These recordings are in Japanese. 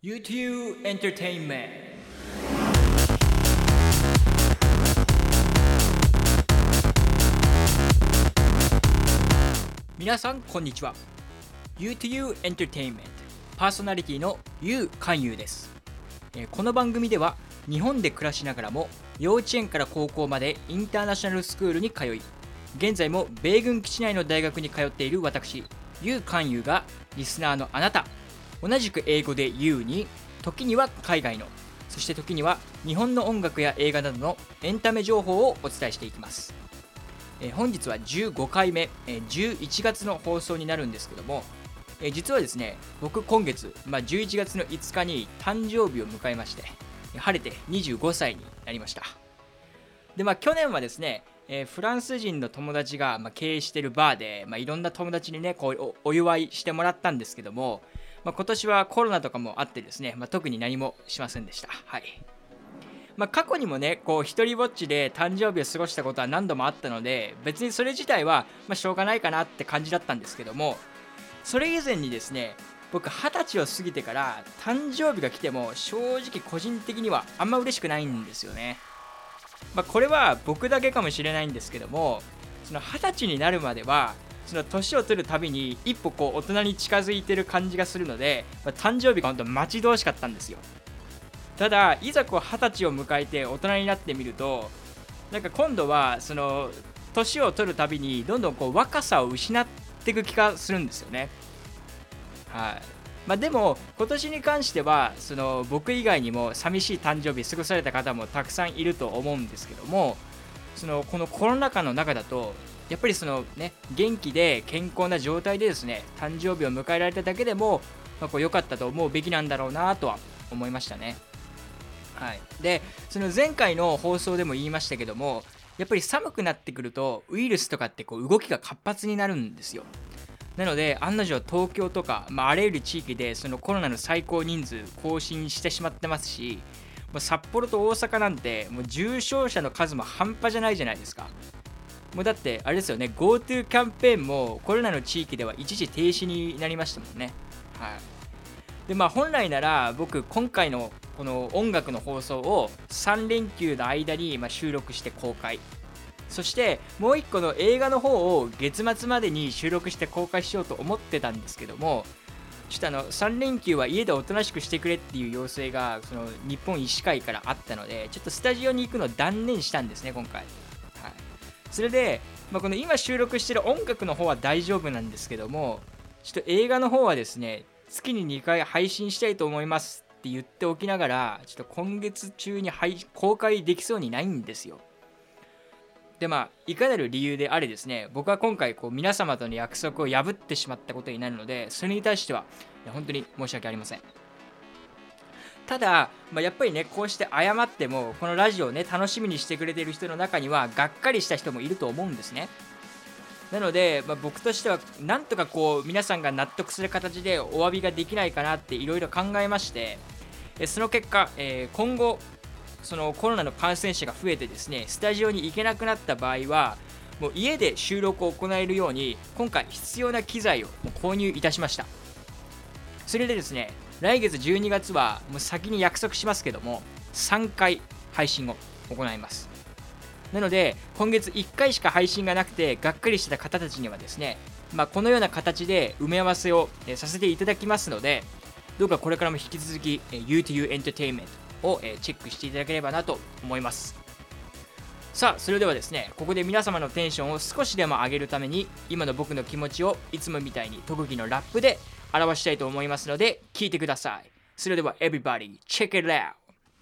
YouTube Entertainment。 皆さんこんにちは。 YouTube Entertainment パーソナリティのゆうかんゆうです。この番組では日本で暮らしながらも幼稚園から高校までインターナショナルスクールに通い、現在も米軍基地内の大学に通っている私ゆうかんゆうがリスナーのあなた、同じく英語で You に、時には海外の、そして時には日本の音楽や映画などのエンタメ情報をお伝えしていきます。本日は15回目、11月の放送になるんですけども、実はですね、僕今月、11月の5日に誕生日を迎えまして、晴れて25歳になりました。で、去年はですね、フランス人の友達が経営しているバーで、いろんな友達にねこう お祝いしてもらったんですけども、今年はコロナとかもあってですね、特に何もしませんでした。はい。過去にもねこう一人ぼっちで誕生日を過ごしたことは何度もあったので、別にそれ自体はしょうがないかなって感じだったんですけども、それ以前にですね、僕20歳を過ぎてから誕生日が来ても正直個人的にはあんま嬉しくないんですよね。これは僕だけかもしれないんですけども、その20歳になるまではその年を取るたびに一歩こう大人に近づいてる感じがするので、誕生日が本当待ち遠しかったんですよ。ただいざこう20歳を迎えて大人になってみると、なんか今度はその年を取るたびにどんどんこう若さを失っていく気がするんですよね。はい。でも今年に関してはその僕以外にも寂しい誕生日過ごされた方もたくさんいると思うんですけども、このコロナ禍の中だとやっぱりそのね、元気で健康な状態でですね誕生日を迎えられただけでも、こう良かったと思うべきなんだろうなとは思いましたね。はい。で、その前回の放送でも言いましたけども、やっぱり寒くなってくるとウイルスとかってこう動きが活発になるんですよ。なので案の定東京とか、あらゆる地域でそのコロナの最高人数更新してしまってますし、もう札幌と大阪なんてもう重症者の数も半端じゃないじゃないですか。もうだってあれですよね、 GoTo キャンペーンもコロナの地域では一時停止になりましたもんね。はい。で、本来なら僕今回のこの音楽の放送を3連休の間に収録して公開、そしてもう一個の映画の方を月末までに収録して公開しようと思ってたんですけども、ちょっと3連休は家でおとなしくしてくれっていう要請がその日本医師会からあったので、ちょっとスタジオに行くのを断念したんですね今回。はい。それで、この今収録してる音楽の方は大丈夫なんですけども、ちょっと映画の方はですね、月に2回配信したいと思いますって言っておきながら、ちょっと今月中に公開できそうにないんですよ。で、いかなる理由であれですね、僕は今回こう皆様との約束を破ってしまったことになるので、それに対してはいや本当に申し訳ありません。ただ、やっぱりね、こうして謝ってもこのラジオをね楽しみにしてくれている人の中にはがっかりした人もいると思うんですね。なので、僕としてはなんとかこう皆さんが納得する形でお詫びができないかなっていろいろ考えまして、その結果、今後そのコロナの感染者が増えてですねスタジオに行けなくなった場合はもう家で収録を行えるように今回必要な機材を購入いたしました。それでですね、来月12月はもう先に約束しますけども3回配信を行います。なので今月1回しか配信がなくてがっかりしてた方たちにはですね、このような形で埋め合わせをさせていただきますので、どうかこれからも引き続き YouTube Entertainment をチェックしていただければなと思います。さあ、それではですね、ここで皆様のテンションを少しでも上げるために今の僕の気持ちをいつもみたいに特技のラップで表したいと思いますので聞いてください。それでは Everybody check it out。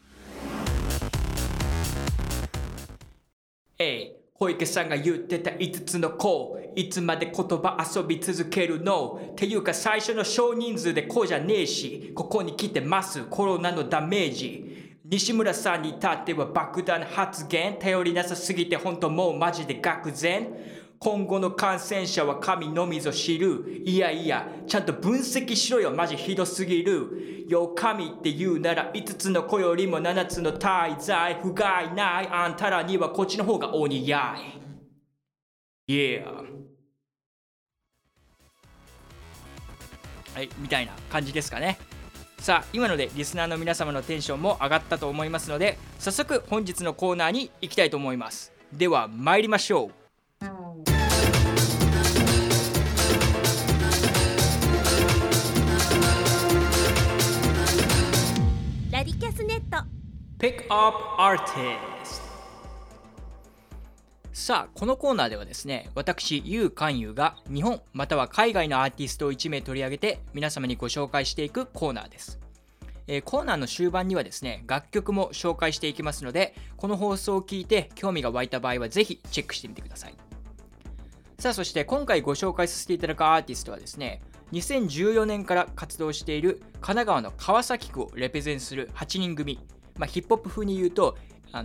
小池さんが言ってた5つのこう、いつまで言葉遊び続けるのっていうか最初の少人数でこうじゃねえし、ここに来てますコロナのダメージ。西村さんに至っては爆弾発言、頼りなさすぎて本当もうマジで愕然。今後の感染者は神のみぞ知る。いやいやちゃんと分析しろよ、マジひどすぎる。よ神って言うなら5つの子よりも7つの大罪。不甲斐ない、あんたらにはこっちの方がお似合い。Yeah。 はい、みたいな感じですかね。 さあ今のでリスナーの皆様のテンションも上がったと思いますので、早速本日のコーナーに行きたいと思います。では参りましょう。 ラディキャスネット Pick Up Artist。 さあこのコーナーではですね、私ユウカンユウが日本または海外のアーティストを1名取り上げて皆様にご紹介していくコーナーです。コーナーの終盤にはですね、楽曲も紹介していきますので、この放送を聞いて興味が湧いた場合はぜひチェックしてみてください。さあそして今回ご紹介させていただくアーティストはですね、2014年から活動している神奈川の川崎区をレペゼンする8人組、ヒップホップ風に言うと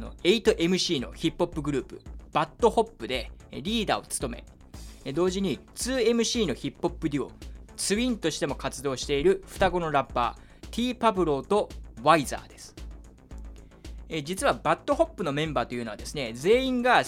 8MC のヒップホップグループバッドホップでリーダーを務め、同時に 2MC のヒップホップデュオツインとしても活動している双子のラッパー T パブローとワイザーです。実はバッドホップのメンバーというのはですね、全員が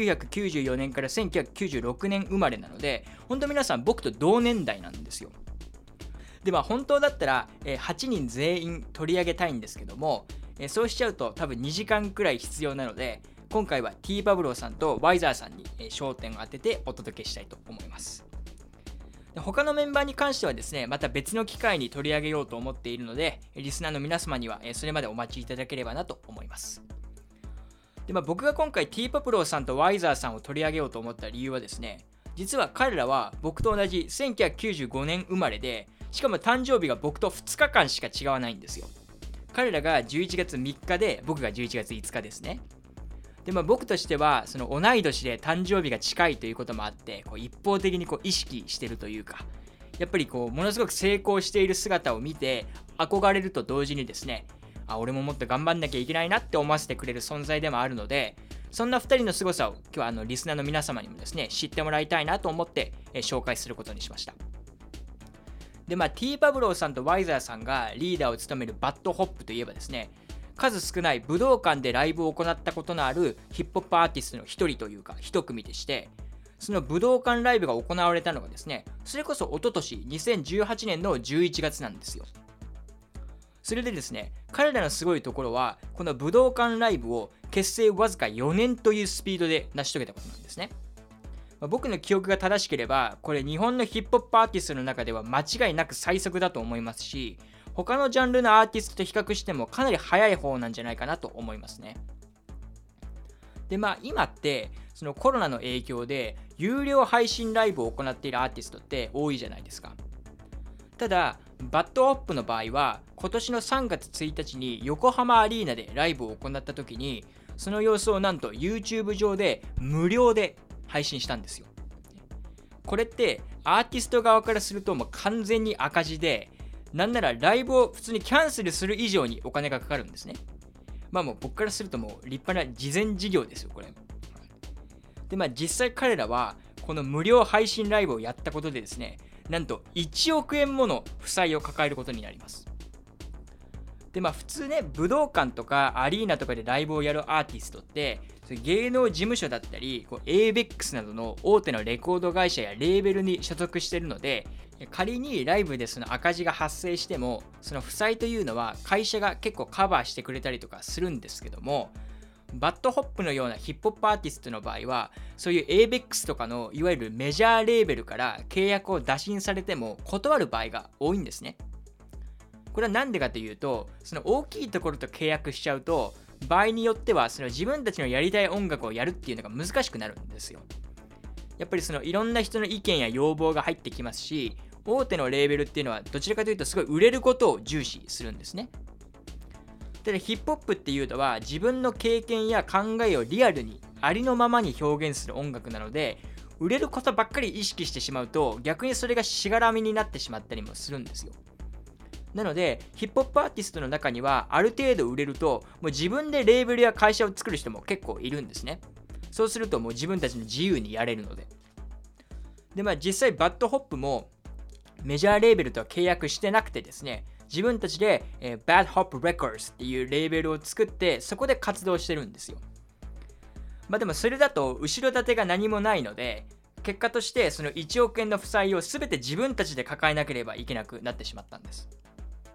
1994年から1996年生まれなので、本当皆さん僕と同年代なんですよ。で本当だったら8人全員取り上げたいんですけども、そうしちゃうと多分2時間くらい必要なので、今回は T パブローさんとワイザーさんに焦点を当ててお届けしたいと思います。他のメンバーに関してはですね、また別の機会に取り上げようと思っているので、リスナーの皆様にはそれまでお待ちいただければなと思います。で僕が今回 T パブローさんとワイザーさんを取り上げようと思った理由はですね、実は彼らは僕と同じ1995年生まれで、しかも誕生日が僕と2日間しか違わないんですよ。彼らが11月3日で僕が11月5日ですね。で僕としてはその同い年で誕生日が近いということもあって、一方的に意識してるというか、やっぱりものすごく成功している姿を見て憧れると同時にですね、俺ももっと頑張んなきゃいけないなって思わせてくれる存在でもあるので、そんな2人の凄さを今日はリスナーの皆様にもですね知ってもらいたいなと思って紹介することにしました。でT パブローさんとワイザーさんがリーダーを務めるバッドホップといえばですね、数少ない武道館でライブを行ったことのあるヒップホップアーティストの一人というか一組でして、その武道館ライブが行われたのがですね、それこそ一昨年2018年の11月なんですよ。それでですね、彼らのすごいところはこの武道館ライブを結成わずか4年というスピードで成し遂げたことなんですね。僕の記憶が正しければこれ日本のヒップホップアーティストの中では間違いなく最速だと思いますし、他のジャンルのアーティストと比較してもかなり早い方なんじゃないかなと思いますね。で今ってそのコロナの影響で有料配信ライブを行っているアーティストって多いじゃないですか。ただバッドホップの場合は今年の3月1日に横浜アリーナでライブを行った時に、その様子をなんと YouTube 上で無料で配信したんですよ。これってアーティスト側からするともう完全に赤字で、なんならライブを普通にキャンセルする以上にお金がかかるんですね。もう僕からするともう立派な慈善事業ですよこれ。で実際彼らはこの無料配信ライブをやったことでですね、なんと1億円もの負債を抱えることになります。で普通ね、武道館とかアリーナとかでライブをやるアーティストって芸能事務所だったりABEX などの大手のレコード会社やレーベルに所属しているので、仮にライブでその赤字が発生してもその負債というのは会社が結構カバーしてくれたりとかするんですけども、バッドホップのようなヒップホップアーティストの場合はそういう ABEX とかのいわゆるメジャーレーベルから契約を打診されても断る場合が多いんですね。これはなんでかというと、その大きいところと契約しちゃうと場合によってはその自分たちのやりたい音楽をやるっていうのが難しくなるんですよ。やっぱりそのいろんな人の意見や要望が入ってきますし、大手のレーベルっていうのはどちらかというとすごい売れることを重視するんですね。ただヒップホップっていうのは自分の経験や考えをリアルにありのままに表現する音楽なので、売れることばっかり意識してしまうと逆にそれがしがらみになってしまったりもするんですよ。なのでヒップホップアーティストの中にはある程度売れるともう自分でレーベルや会社を作る人も結構いるんですね。そうするともう自分たちの自由にやれるので。で実際バッドホップもメジャーレーベルとは契約してなくてですね、自分たちで、Bad Hop Records っていうレーベルを作ってそこで活動してるんですよ。でもそれだと後ろ盾が何もないので、結果としてその1億円の負債を全て自分たちで抱えなければいけなくなってしまったんです。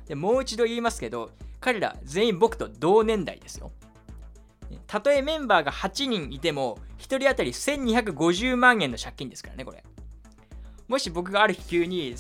でもう一度言いますけど、彼ら全員僕と同年代ですよ。たとえメンバーが8人いても1人当たり1250万円の借金ですからね、これ。もし僕がある日急に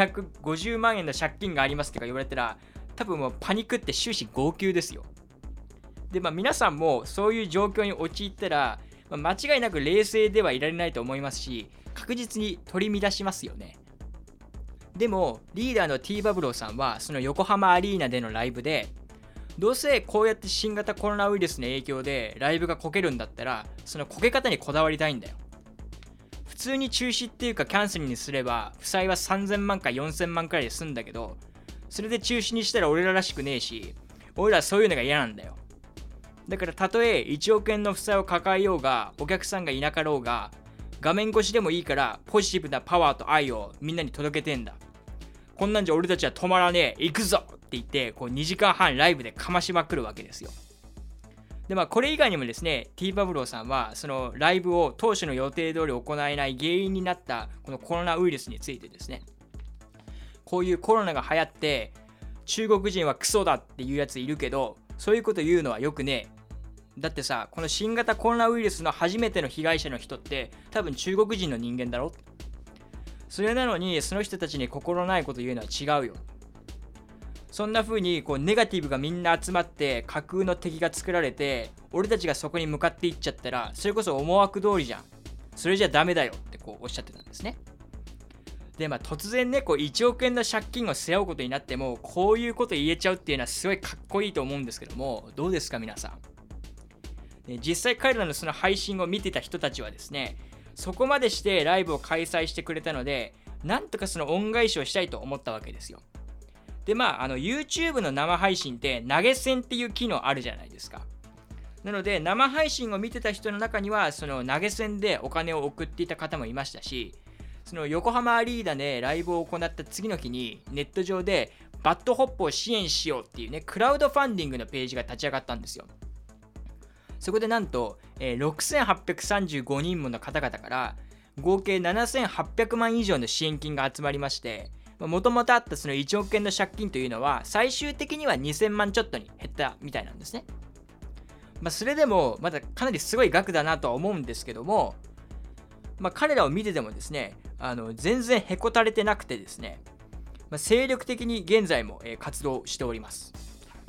1250万円の借金がありますとか言われたら、多分もうパニックって終始号泣ですよ。で、皆さんもそういう状況に陥ったら、間違いなく冷静ではいられないと思いますし、確実に取り乱しますよね。でもリーダーの T バブローさんはその横浜アリーナでのライブで、どうせこうやって新型コロナウイルスの影響でライブがこけるんだったら、そのこけ方にこだわりたいんだよ。普通に中止っていうかキャンセルにすれば負債は3000万か4000万くらいで済んだけど、それで中止にしたら俺ららしくねえし、俺らそういうのが嫌なんだよ。だからたとえ1億円の負債を抱えようが、お客さんがいなかろうが、画面越しでもいいからポジティブなパワーと愛をみんなに届けてんだ。こんなんじゃ俺たちは止まらねえ、行くぞって言ってこう2時間半ライブでかましまくるわけですよ。でこれ以外にもですね、 T バブローさんはそのライブを当初の予定通り行えない原因になったこのコロナウイルスについてですね、こういうコロナが流行って中国人はクソだっていうやついるけど、そういうこと言うのはよくねえ。だってさ、この新型コロナウイルスの初めての被害者の人って多分中国人の人間だろ。それなのにその人たちに心ないこと言うのは違うよ。そんな風にこうネガティブがみんな集まって架空の敵が作られて、俺たちがそこに向かっていっちゃったらそれこそ思惑通りじゃん。それじゃダメだよってこうおっしゃってたんですね。で突然ね、こう1億円の借金を背負うことになってもこういうこと言えちゃうっていうのはすごいかっこいいと思うんですけども、どうですか皆さん。実際彼らのその配信を見てた人たちはですね、そこまでしてライブを開催してくれたので、なんとかその恩返しをしたいと思ったわけですよ。でYouTube の生配信って投げ銭っていう機能あるじゃないですか。なので生配信を見てた人の中にはその投げ銭でお金を送っていた方もいましたし、その横浜アリーナでライブを行った次の日にネット上でバッドホップを支援しようっていうね、クラウドファンディングのページが立ち上がったんですよ。そこでなんと、6835人もの方々から合計7800万以上の支援金が集まりまして、もともとあったその1億円の借金というのは最終的には2000万ちょっとに減ったみたいなんですね。それでもまだかなりすごい額だなとは思うんですけども、彼らを見ててもですね、全然へこたれてなくてですね、精力的に現在も活動しております。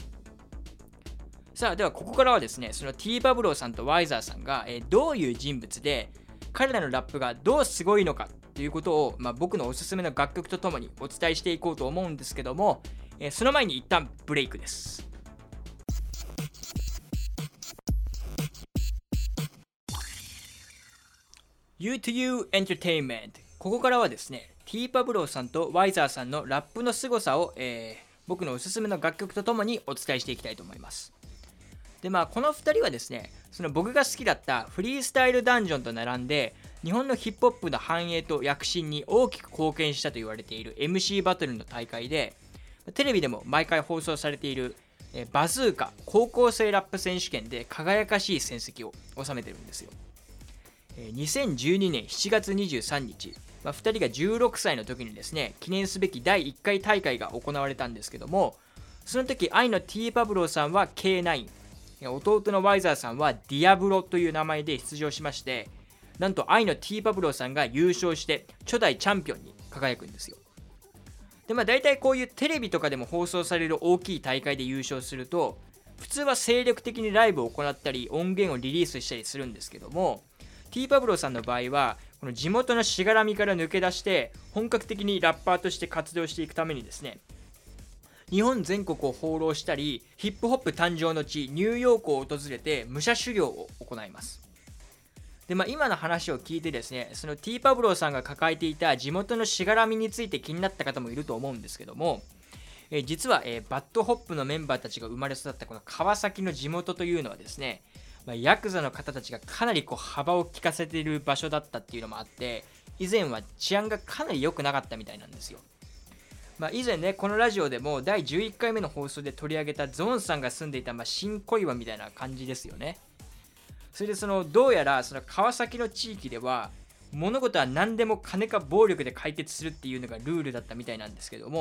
さあではここからはですね、その T バブローさんとワイザーさんがどういう人物で、彼らのラップがどうすごいのかということを、僕のおすすめの楽曲とともにお伝えしていこうと思うんですけども、その前に一旦ブレイクです。U2U Entertainment、 ここからはですね T パブローさんとワイザーさんのラップの凄さを、僕のおすすめの楽曲とともにお伝えしていきたいと思います。でこの2人はですね、その僕が好きだったフリースタイルダンジョンと並んで日本のヒップホップの繁栄と躍進に大きく貢献したと言われている MC バトルの大会で、テレビでも毎回放送されているバズーカ高校生ラップ選手権で輝かしい戦績を収めてるんですよ。2012年7月23日、2人が16歳の時にですね、記念すべき第1回大会が行われたんですけども、その時愛の T パブローさんは K9、 弟のワイザーさんはディアブロという名前で出場しまして、なんと愛の T パブローさんが優勝して初代チャンピオンに輝くんですよ。で大体こういうテレビとかでも放送される大きい大会で優勝すると、普通は精力的にライブを行ったり音源をリリースしたりするんですけども、T パブローさんの場合はこの地元のしがらみから抜け出して本格的にラッパーとして活動していくためにですね、日本全国を放浪したり、ヒップホップ誕生の地ニューヨークを訪れて武者修行を行います。で今の話を聞いてですね、その T パブローさんが抱えていた地元のしがらみについて気になった方もいると思うんですけども、実は、バッドホップのメンバーたちが生まれ育ったこの川崎の地元というのはですね、ヤクザの方たちがかなり幅を利かせている場所だったっていうのもあって、以前は治安がかなり良くなかったみたいなんですよ。以前ね、このラジオでも第11回目の放送で取り上げたゾーンさんが住んでいた新小岩みたいな感じですよね。それでどうやらその川崎の地域では物事は何でも金か暴力で解決するっていうのがルールだったみたいなんですけども、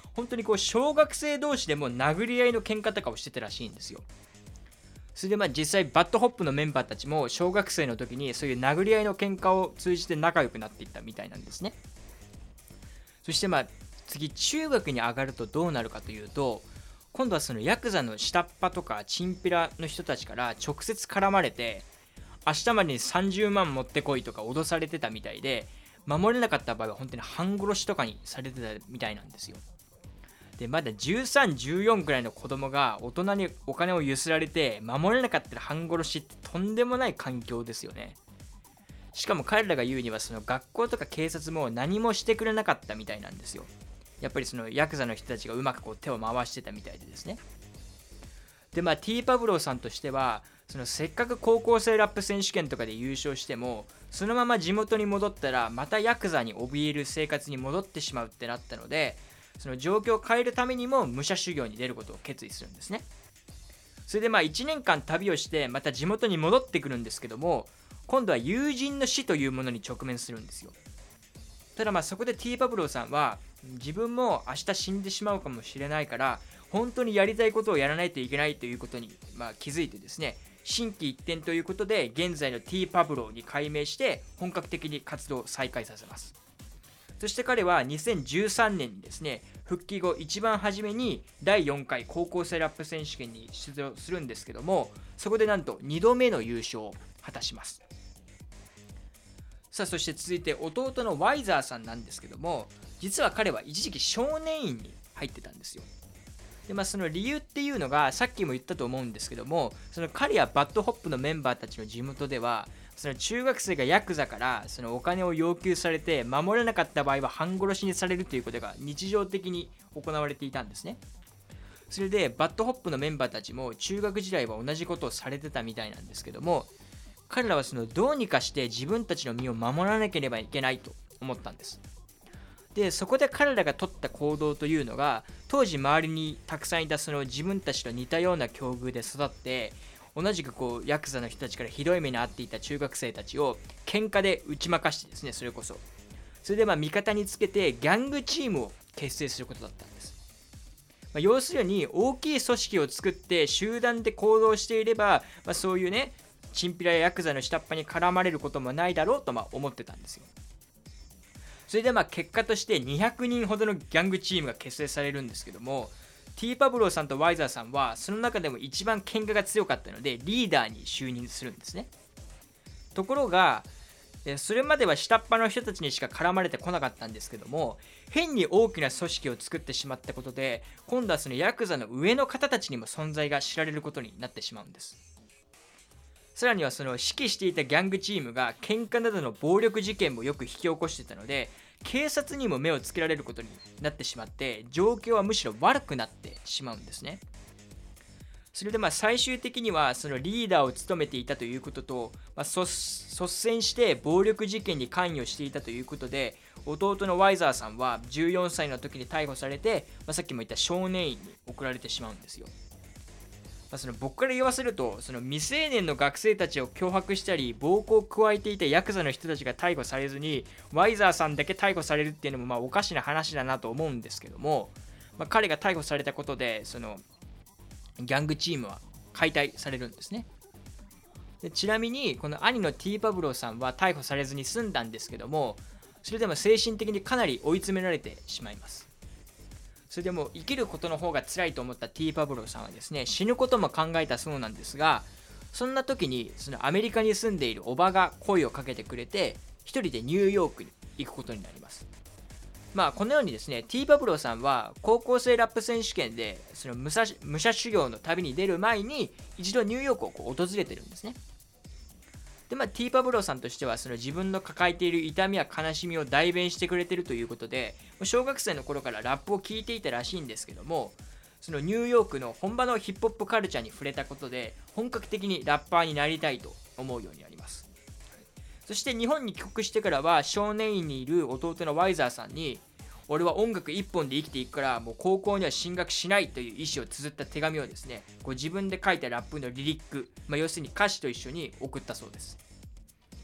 本当にこう小学生同士でも殴り合いの喧嘩とかをしてたらしいんですよ。それで実際バッドホップのメンバーたちも小学生の時にそういう殴り合いの喧嘩を通じて仲良くなっていったみたいなんですね。そして次中学に上がるとどうなるかというと、今度はそのヤクザの下っ端とかチンピラの人たちから直接絡まれて、明日までに30万持ってこいとか脅されてたみたいで、守れなかった場合は本当に半殺しとかにされてたみたいなんですよ。でまだ13、14くらいの子供が大人にお金をゆすられて守れなかったら半殺しってとんでもない環境ですよね。しかも彼らが言うにはその学校とか警察も何もしてくれなかったみたいなんですよ。やっぱりそのヤクザの人たちがうまくこう手を回してたみたいでですね。でTパブローさんとしてはそのせっかく高校生ラップ選手権とかで優勝してもそのまま地元に戻ったらまたヤクザに怯える生活に戻ってしまうってなったので、その状況を変えるためにも武者修行に出ることを決意するんですね。それで1年間旅をしてまた地元に戻ってくるんですけども、今度は友人の死というものに直面するんですよ。ただそこで T パブローさんは自分も明日死んでしまうかもしれないから本当にやりたいことをやらないといけないということに気づいてですね、心機一転ということで現在の T パブローに改名して本格的に活動を再開させます。そして彼は2013年にですね、復帰後一番初めに第4回高校生ラップ選手権に出場するんですけども、そこでなんと2度目の優勝を果たします。さあそして続いて弟のワイザーさんなんですけども、実は彼は一時期少年院に入ってたんですよ。でその理由っていうのがさっきも言ったと思うんですけども、その彼やバッドホップのメンバーたちの地元ではその中学生がヤクザからそのお金を要求されて守れなかった場合は半殺しにされるということが日常的に行われていたんですね。それでバッドホップのメンバーたちも中学時代は同じことをされてたみたいなんですけども、彼らはそのどうにかして自分たちの身を守らなければいけないと思ったんです。でそこで彼らが取った行動というのが、当時周りにたくさんいたその自分たちと似たような境遇で育って同じくヤクザの人たちからひどい目に遭っていた中学生たちを喧嘩で打ち負かしてですね、それで味方につけてギャングチームを結成することだったんです。要するに大きい組織を作って集団で行動していれば、そういうねチンピラやヤクザの下っ端に絡まれることもないだろうと思ってたんですよ。それで結果として200人ほどのギャングチームが結成されるんですけども、T パブローさんとワイザーさんはその中でも一番喧嘩が強かったのでリーダーに就任するんですね。ところがそれまでは下っ端の人たちにしか絡まれてこなかったんですけども、変に大きな組織を作ってしまったことで今度はそのヤクザの上の方たちにも存在が知られることになってしまうんです。さらにはその指揮していたギャングチームが喧嘩などの暴力事件もよく引き起こしていたので、警察にも目をつけられることになってしまって状況はむしろ悪くなってしまうんですね。それで最終的にはそのリーダーを務めていたということと、率先して暴力事件に関与していたということで、弟のワイザーさんは14歳の時に逮捕されて、さっきも言った少年院に送られてしまうんですよ。その僕から言わせると、その未成年の学生たちを脅迫したり暴行を加えていたヤクザの人たちが逮捕されずにワイザーさんだけ逮捕されるっていうのもおかしな話だなと思うんですけども、彼が逮捕されたことでそのギャングチームは解体されるんですね。でちなみにこの兄の T パブローさんは逮捕されずに済んだんですけども、それでも精神的にかなり追い詰められてしまいます。それでも生きることの方が辛いと思った T パブローさんはですね、死ぬことも考えたそうなんですが、そんな時にそのアメリカに住んでいるおばが声をかけてくれて一人でニューヨークに行くことになります。このようにですね T パブローさんは高校生ラップ選手権でその武者修行の旅に出る前に一度ニューヨークを訪れてるんですね。でT パブローさんとしてはその自分の抱えている痛みや悲しみを代弁してくれてるということで、小学生の頃からラップを聴いていたらしいんですけども、そのニューヨークの本場のヒップホップカルチャーに触れたことで本格的にラッパーになりたいと思うようになります。そして日本に帰国してからは少年院にいる弟のワイザーさんに、俺は音楽一本で生きていくからもう高校には進学しないという意思を綴った手紙をですね、自分で書いたラップのリリック、要するに歌詞と一緒に送ったそうです。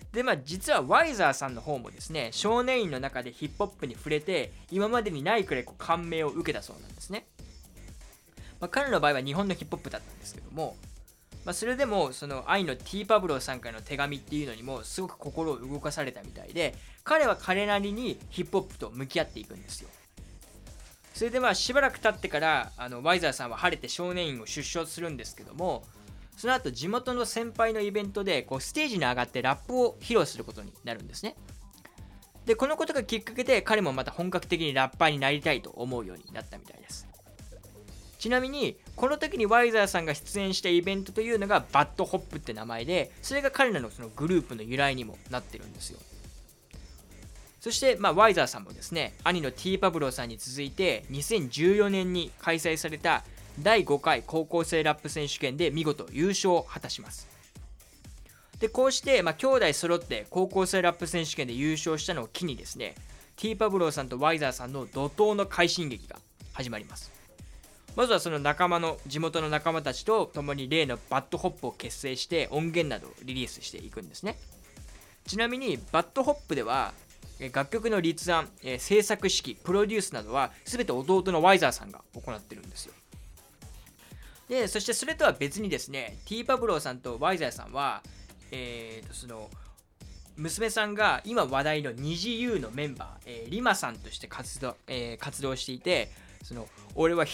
で実はワイザーさんの方もですね、少年院の中でヒップホップに触れて今までにないくらい感銘を受けたそうなんですね。彼の場合は日本のヒップホップだったんですけども、それでもその愛の T パブローさんからの手紙っていうのにもすごく心を動かされたみたいで、彼は彼なりにヒップホップと向き合っていくんですよ。それでしばらく経ってからワイザーさんは晴れて少年院を出所するんですけども、その後地元の先輩のイベントでステージに上がってラップを披露することになるんですね。でこのことがきっかけで彼もまた本格的にラッパーになりたいと思うようになったみたいです。ちなみにこの時にワイザーさんが出演したイベントというのがバッドホップって名前で、それが彼らのそのグループの由来にもなってるんですよ。そしてワイザーさんもですね、兄の T パブローさんに続いて2014年に開催された第5回高校生ラップ選手権で見事優勝を果たします。でこうして兄弟揃って高校生ラップ選手権で優勝したのを機にですね、 T パブローさんとワイザーさんの怒涛の快進撃が始まります。まずはその地元の仲間たちと共に例のバッドホップを結成して音源などをリリースしていくんですね。ちなみにバッドホップでは楽曲の立案、制作指揮、プロデュースなどは全て弟のワイザーさんが行ってるんですよ。でそしてそれとは別にですね、 T パブローさんとワイザーさんはその娘さんが今話題の二次 U のメンバー、リマさんとして活動していて、俺は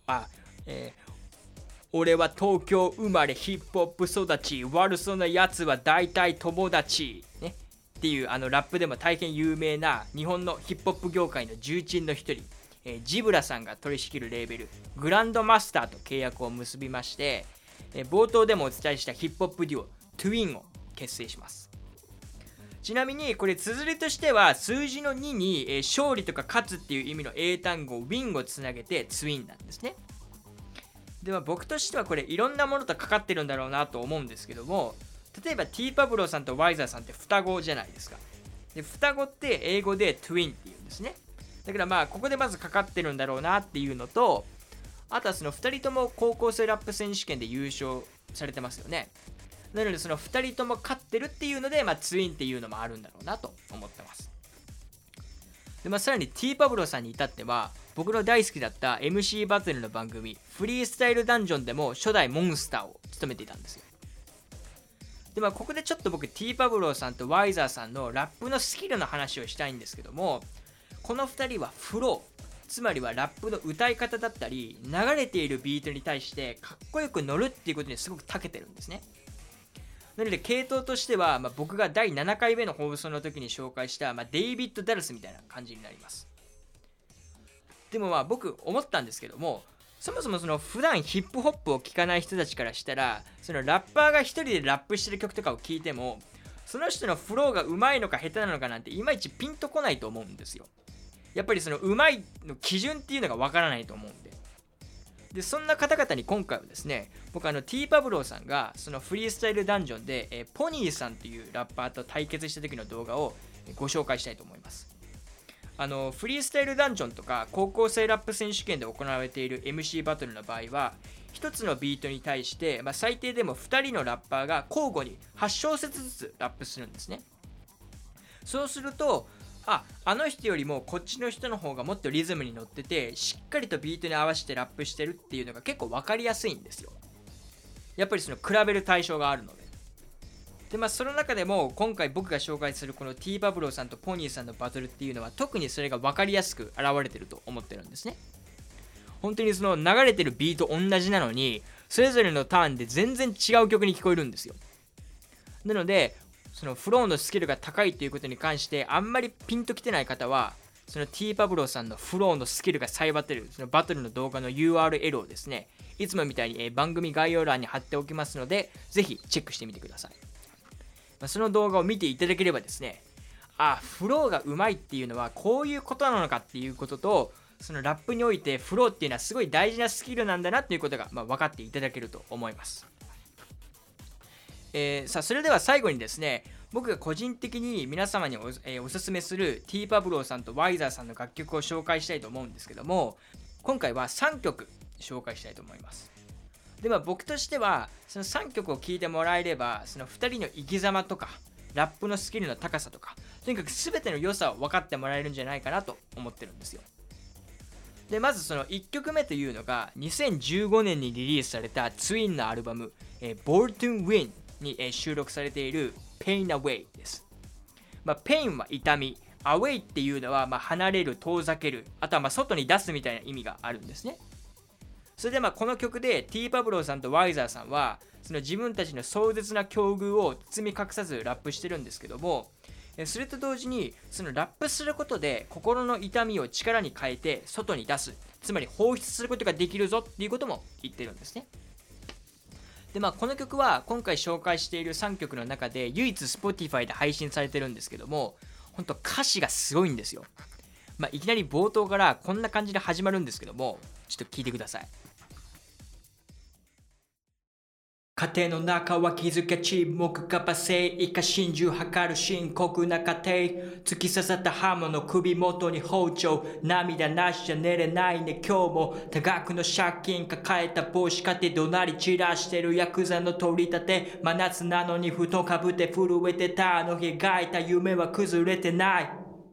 東京生まれヒップホップ育ち、悪そうなやつは大体友達、ね、っていうラップでも大変有名な日本のヒップホップ業界の重鎮の一人、ジブラさんが取り仕切るレーベルグランドマスターと契約を結びまして、冒頭でもお伝えしたヒップホップデュオトゥインを結成します。ちなみにこれ綴りとしては数字の2に勝利とか勝つっていう意味の英単語ウィンをつなげてツインなんですね。では僕としてはこれいろんなものとかかってるんだろうなと思うんですけども、例えば T パブローさんとワイザーさんって双子じゃないですか。で双子って英語でトゥインっていうんですね。だからここでまずかかってるんだろうなっていうのと、あとはその2人とも高校生ラップ選手権で優勝されてますよね。なのでその2人とも勝ってるっていうので、ツインっていうのもあるんだろうなと思ってます。でさらに T パブロさんに至っては僕の大好きだった MC バトルの番組フリースタイルダンジョンでも初代モンスターを務めていたんですよ。でここでちょっと僕 T パブロさんとワイザーさんのラップのスキルの話をしたいんですけども、この2人はフロー、つまりはラップの歌い方だったり流れているビートに対してかっこよく乗るっていうことにすごく長けてるんですね。なので系統としては、僕が第7回目の放送の時に紹介した、デイビッド・ダルスみたいな感じになります。でも僕思ったんですけども、そもそもその普段ヒップホップを聴かない人たちからしたら、そのラッパーが一人でラップしてる曲とかを聴いても、その人のフローが上手いのか下手なのかなんていまいちピンとこないと思うんですよ。やっぱりその上手いの基準っていうのがわからないと思うんで。でそんな方々に今回はですね、僕T パブローさんがそのフリースタイルダンジョンで、ポニーさんというラッパーと対決した時の動画をご紹介したいと思います。フリースタイルダンジョンとか高校生ラップ選手権で行われている MC バトルの場合は1つのビートに対して、最低でも2人のラッパーが交互に8小節ずつラップするんですね。そうするとあの人よりもこっちの人の方がもっとリズムに乗っててしっかりとビートに合わせてラップしてるっていうのが結構分かりやすいんですよ。やっぱりその比べる対象があるので。でその中でも今回僕が紹介するこの T パブローさんとポニーさんのバトルっていうのは特にそれが分かりやすく現れてると思ってるんですね。本当にその流れてるビート同じなのにそれぞれのターンで全然違う曲に聞こえるんですよ。なのでそのフローのスキルが高いということに関してあんまりピンときてない方はその T パブローさんのフローのスキルが冴え渡るそのバトルの動画の URL をですね、いつもみたいに番組概要欄に貼っておきますのでぜひチェックしてみてください。その動画を見ていただければですね、フローがうまいっていうのはこういうことなのかっていうことと、そのラップにおいてフローっていうのはすごい大事なスキルなんだなっていうことが分かっていただけると思います。それでは最後にですね、僕が個人的に皆様におすすめする T パブローさんとワイザーさんの楽曲を紹介したいと思うんですけども、今回は3曲紹介したいと思います。で僕としてはその3曲を聴いてもらえればその2人の生き様とかラップのスキルの高さとか、とにかく全ての良さを分かってもらえるんじゃないかなと思ってるんですよ。でまずその1曲目というのが2015年にリリースされたツインのアルバム、Born to Win に、収録されている Pain Away です。Pain は痛み、Away っていうのは離れる、遠ざける、あとは外に出すみたいな意味があるんですね。それでこの曲で T パブローさんとワイザーさんはその自分たちの壮絶な境遇を包み隠さずラップしてるんですけども、それと同時にそのラップすることで心の痛みを力に変えて外に出す、つまり放出することができるぞっていうことも言ってるんですね。でこの曲は今回紹介している3曲の中で唯一 Spotify で配信されてるんですけども、本当歌詞がすごいんですよ。いきなり冒頭からこんな感じで始まるんですけども、ちょっと聞いてください。家庭の中は気づけ沈黙が罵声、以下心中図る深刻な家庭、突き刺さった刃物首元に包丁、涙なしじゃ寝れないね今日も、多額の借金抱えた帽子かて怒鳴り散らしてるヤクザの取り立て、真夏なのに布団かぶって震えてた、あの日描いた夢は崩れてない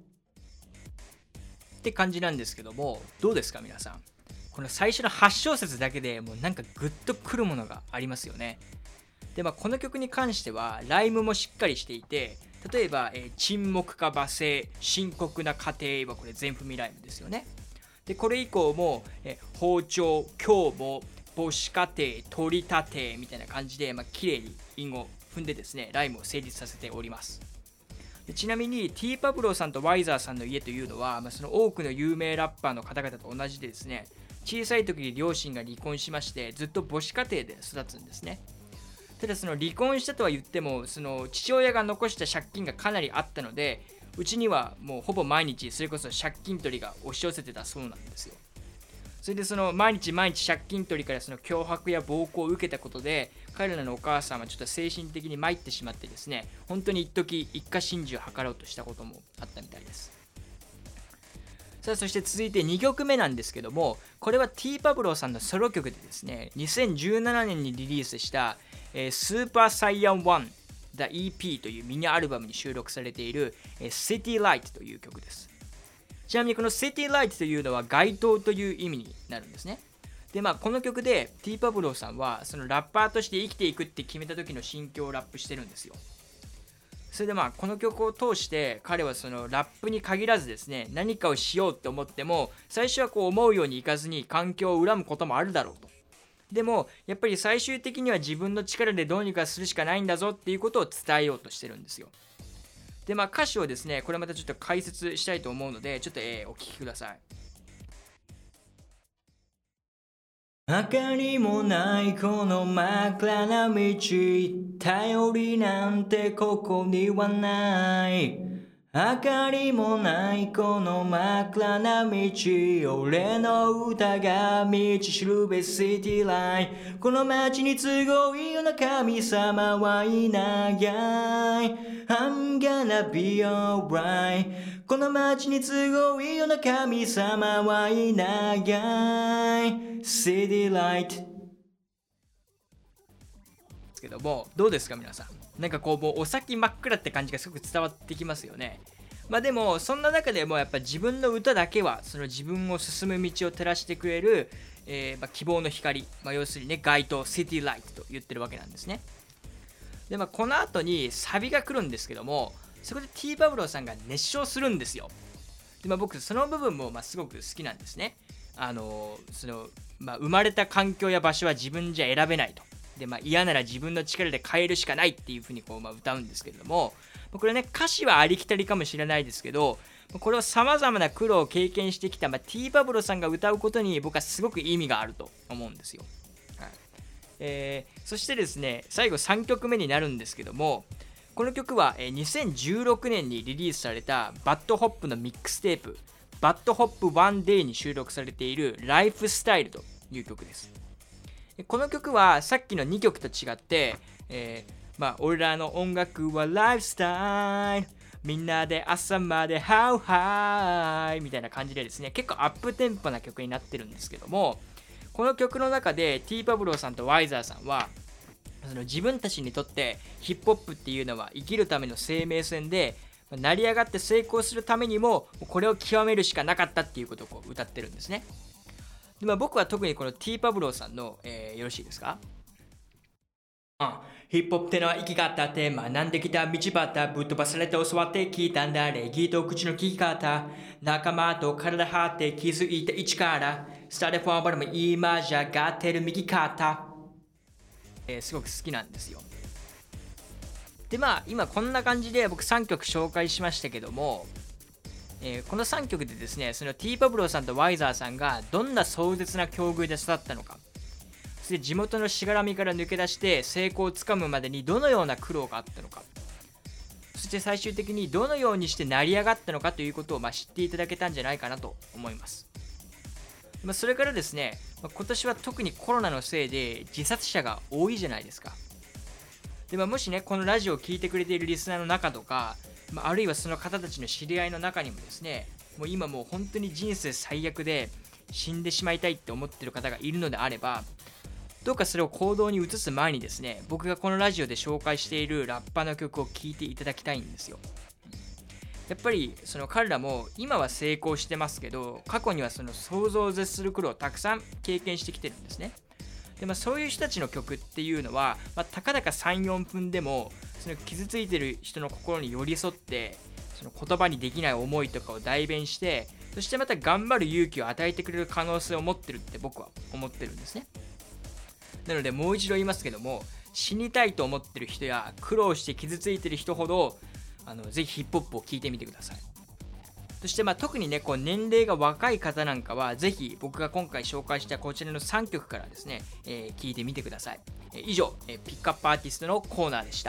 って感じなんですけども、どうですか皆さん。この最初の8小節だけでもうなんかグッとくるものがありますよね。でこの曲に関してはライムもしっかりしていて、例えば、沈黙か罵声、深刻な家庭はこれ全踏みライムですよね。でこれ以降も、包丁、今日も、母子家庭、取り立てみたいな感じで、綺麗に韻を踏んでですね、ライムを成立させております。でちなみに T パブローさんとワイザーさんの家というのは、その多くの有名ラッパーの方々と同じでですね、小さい時に両親が離婚しましてずっと母子家庭で育つんですね。ただその離婚したとは言っても、その父親が残した借金がかなりあったので、うちにはもうほぼ毎日それこそ借金取りが押し寄せてたそうなんですよ。それでその毎日借金取りからその脅迫や暴行を受けたことで、彼らのお母さんはちょっと精神的に参ってしまってですね、本当に一時一家心中を図ろうとしたこともあったみたいです。さあそして続いて2曲目なんですけども、これは T パブローさんのソロ曲でですね、2017年にリリースしたスーパーサイヤン1 The EP というミニアルバムに収録されている City Light という曲です。ちなみにこの City Light というのは街灯という意味になるんですね。でこの曲で T パブローさんはそのラッパーとして生きていくって決めた時の心境をラップしてるんですよ。それでこの曲を通して彼はそのラップに限らずですね、何かをしようって思っても最初は思うようにいかずに環境を恨むこともあるだろうと。でもやっぱり最終的には自分の力でどうにかするしかないんだぞっていうことを伝えようとしてるんですよ。で歌詞をですね、これまたちょっと解説したいと思うのでちょっと、お聞きください。明かりもないこの真っ暗な道、頼りなんてここにはない。明かりもないこの真っ暗な道、俺の歌が道しるべシティライン。この街に都合いいような神様はいないやい。I'm gonna be alright。この街に都合いいような神様はいないやい。City Light。ですけども、どうですか皆さん。なんかもうお先真っ暗って感じがすごく伝わってきますよね。でもそんな中でもやっぱ自分の歌だけはその自分を進む道を照らしてくれる、希望の光、要するにね街灯、シティライトと言ってるわけなんですね。でこの後にサビが来るんですけども、そこで T パブローさんが熱唱するんですよ。で僕その部分もすごく好きなんですね。生まれた環境や場所は自分じゃ選べないと。で嫌なら自分の力で変えるしかないっていう風に歌うんですけれども、これね歌詞はありきたりかもしれないですけど、これをさまざまな苦労を経験してきた、T パブロさんが歌うことに僕はすごく意味があると思うんですよ。そしてですね、最後3曲目になるんですけども、この曲は2016年にリリースされたバッドホップのミックステープ、バッドホップ1 Day に収録されているライフスタイルという曲です。この曲はさっきの2曲と違って、俺らの音楽はライフスタイル、みんなで朝までハウハイみたいな感じでですね、結構アップテンポな曲になってるんですけども、この曲の中で T パブローさんとワイザーさんはその自分たちにとってヒップホップっていうのは生きるための生命線で、成り上がって成功するためにもこれを極めるしかなかったっていうことをこう歌ってるんですね。で、僕は特にこの T パブローさんの、よろしいですか？ヒップホップってのは生き方って学んできた道端、ぶっ飛ばされて教わって聞いたんだ礼儀と口の聞き方、仲間と体張って気づいた位置からスタートフォーバルも今じゃがってる右肩、すごく好きなんですよ。で、今こんな感じで僕3曲紹介しましたけども、この3曲でですね、その T パブローさんとワイザーさんがどんな壮絶な境遇で育ったのか、そして地元のしがらみから抜け出して成功をつかむまでにどのような苦労があったのか、そして最終的にどのようにして成り上がったのかということを知っていただけたんじゃないかなと思います。それからですね、今年は特にコロナのせいで自殺者が多いじゃないですか。で、もしね、このラジオを聞いてくれているリスナーの中とか、あるいはその方たちの知り合いの中にもですね、今もう本当に人生最悪で死んでしまいたいって思っている方がいるのであれば、どうかそれを行動に移す前にですね、僕がこのラジオで紹介しているラッパーの曲を聴いていただきたいんですよ。やっぱりその彼らも今は成功してますけど、過去にはその想像を絶する苦労をたくさん経験してきてるんですね。で、そういう人たちの曲っていうのは、たかだか 3,4 分でもその傷ついてる人の心に寄り添って、その言葉にできない思いとかを代弁して、そしてまた頑張る勇気を与えてくれる可能性を持ってるって僕は思ってるんですね。なのでもう一度言いますけども、死にたいと思ってる人や苦労して傷ついてる人ほどぜひヒップホップを聴いてみてください。そして特にね、年齢が若い方なんかはぜひ僕が今回紹介したこちらの3曲からですね、聴いてみてください。以上、ピックアップアーティストのコーナーでした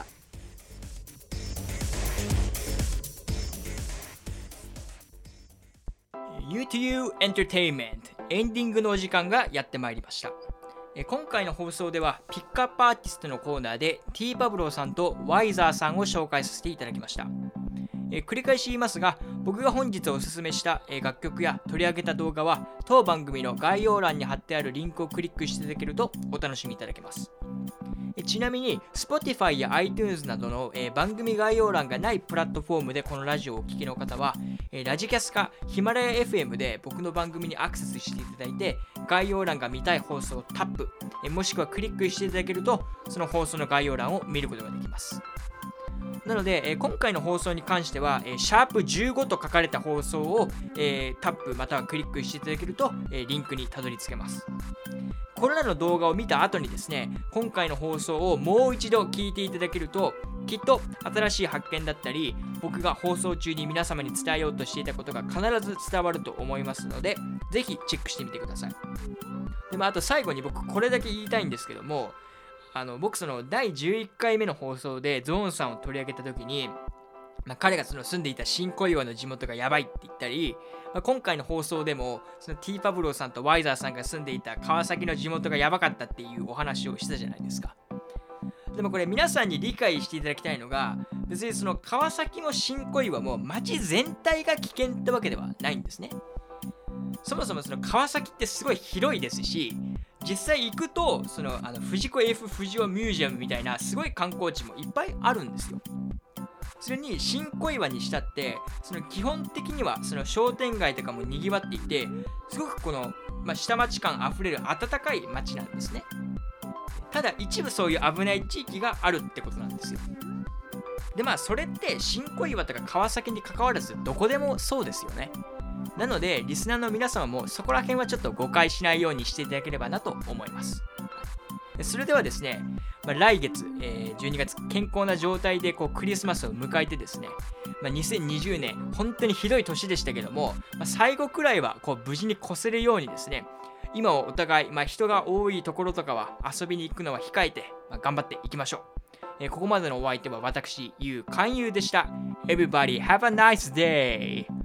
。U2U Entertainment エンディングのお時間がやってまいりました。今回の放送ではピックアップアーティストのコーナーで T パブローさんとワイザーさんを紹介させていただきました。繰り返し言いますが、僕が本日おすすめした楽曲や取り上げた動画は当番組の概要欄に貼ってあるリンクをクリックしていただけるとお楽しみいただけます。ちなみに Spotify や iTunes などの番組概要欄がないプラットフォームでこのラジオをお聞きの方はラジキャスかヒマラヤ FM で僕の番組にアクセスしていただいて、概要欄が見たい放送をタップもしくはクリックしていただけるとその放送の概要欄を見ることができます。なので今回の放送に関してはシャープ15と書かれた放送をタップまたはクリックしていただけるとリンクにたどり着けます。これらの動画を見た後にですね、今回の放送をもう一度聞いていただけるときっと新しい発見だったり僕が放送中に皆様に伝えようとしていたことが必ず伝わると思いますので、ぜひチェックしてみてください。でもあと最後に僕これだけ言いたいんですけども、僕その第11回目の放送でゾーンさんを取り上げた時に、彼がその住んでいた新小岩の地元がやばいって言ったり、今回の放送でもその T パブローさんとワイザーさんが住んでいた川崎の地元がやばかったっていうお話をしたじゃないですか。でもこれ皆さんに理解していただきたいのが、別にその川崎の新小岩も街全体が危険ってわけではないんですね。そもそもその川崎ってすごい広いですし、実際行くとその藤子 F 不二雄ミュージアムみたいなすごい観光地もいっぱいあるんですよ。それに新小岩にしたってその基本的にはその商店街とかもにぎわっていて、すごくこの、下町感あふれる温かい街なんですね。ただ一部そういう危ない地域があるってことなんですよ。でそれって新小岩とか川崎に関わらずどこでもそうですよね。なのでリスナーの皆様もそこら辺はちょっと誤解しないようにしていただければなと思います。それではですね、来月、12月健康な状態でクリスマスを迎えてですね、2020年本当にひどい年でしたけども、最後くらいは無事に越せるようにですね、今はお互い、人が多いところとかは遊びに行くのは控えて、頑張っていきましょう。ここまでのお相手は私、ゆうかんゆうでした。Everybody have a nice day!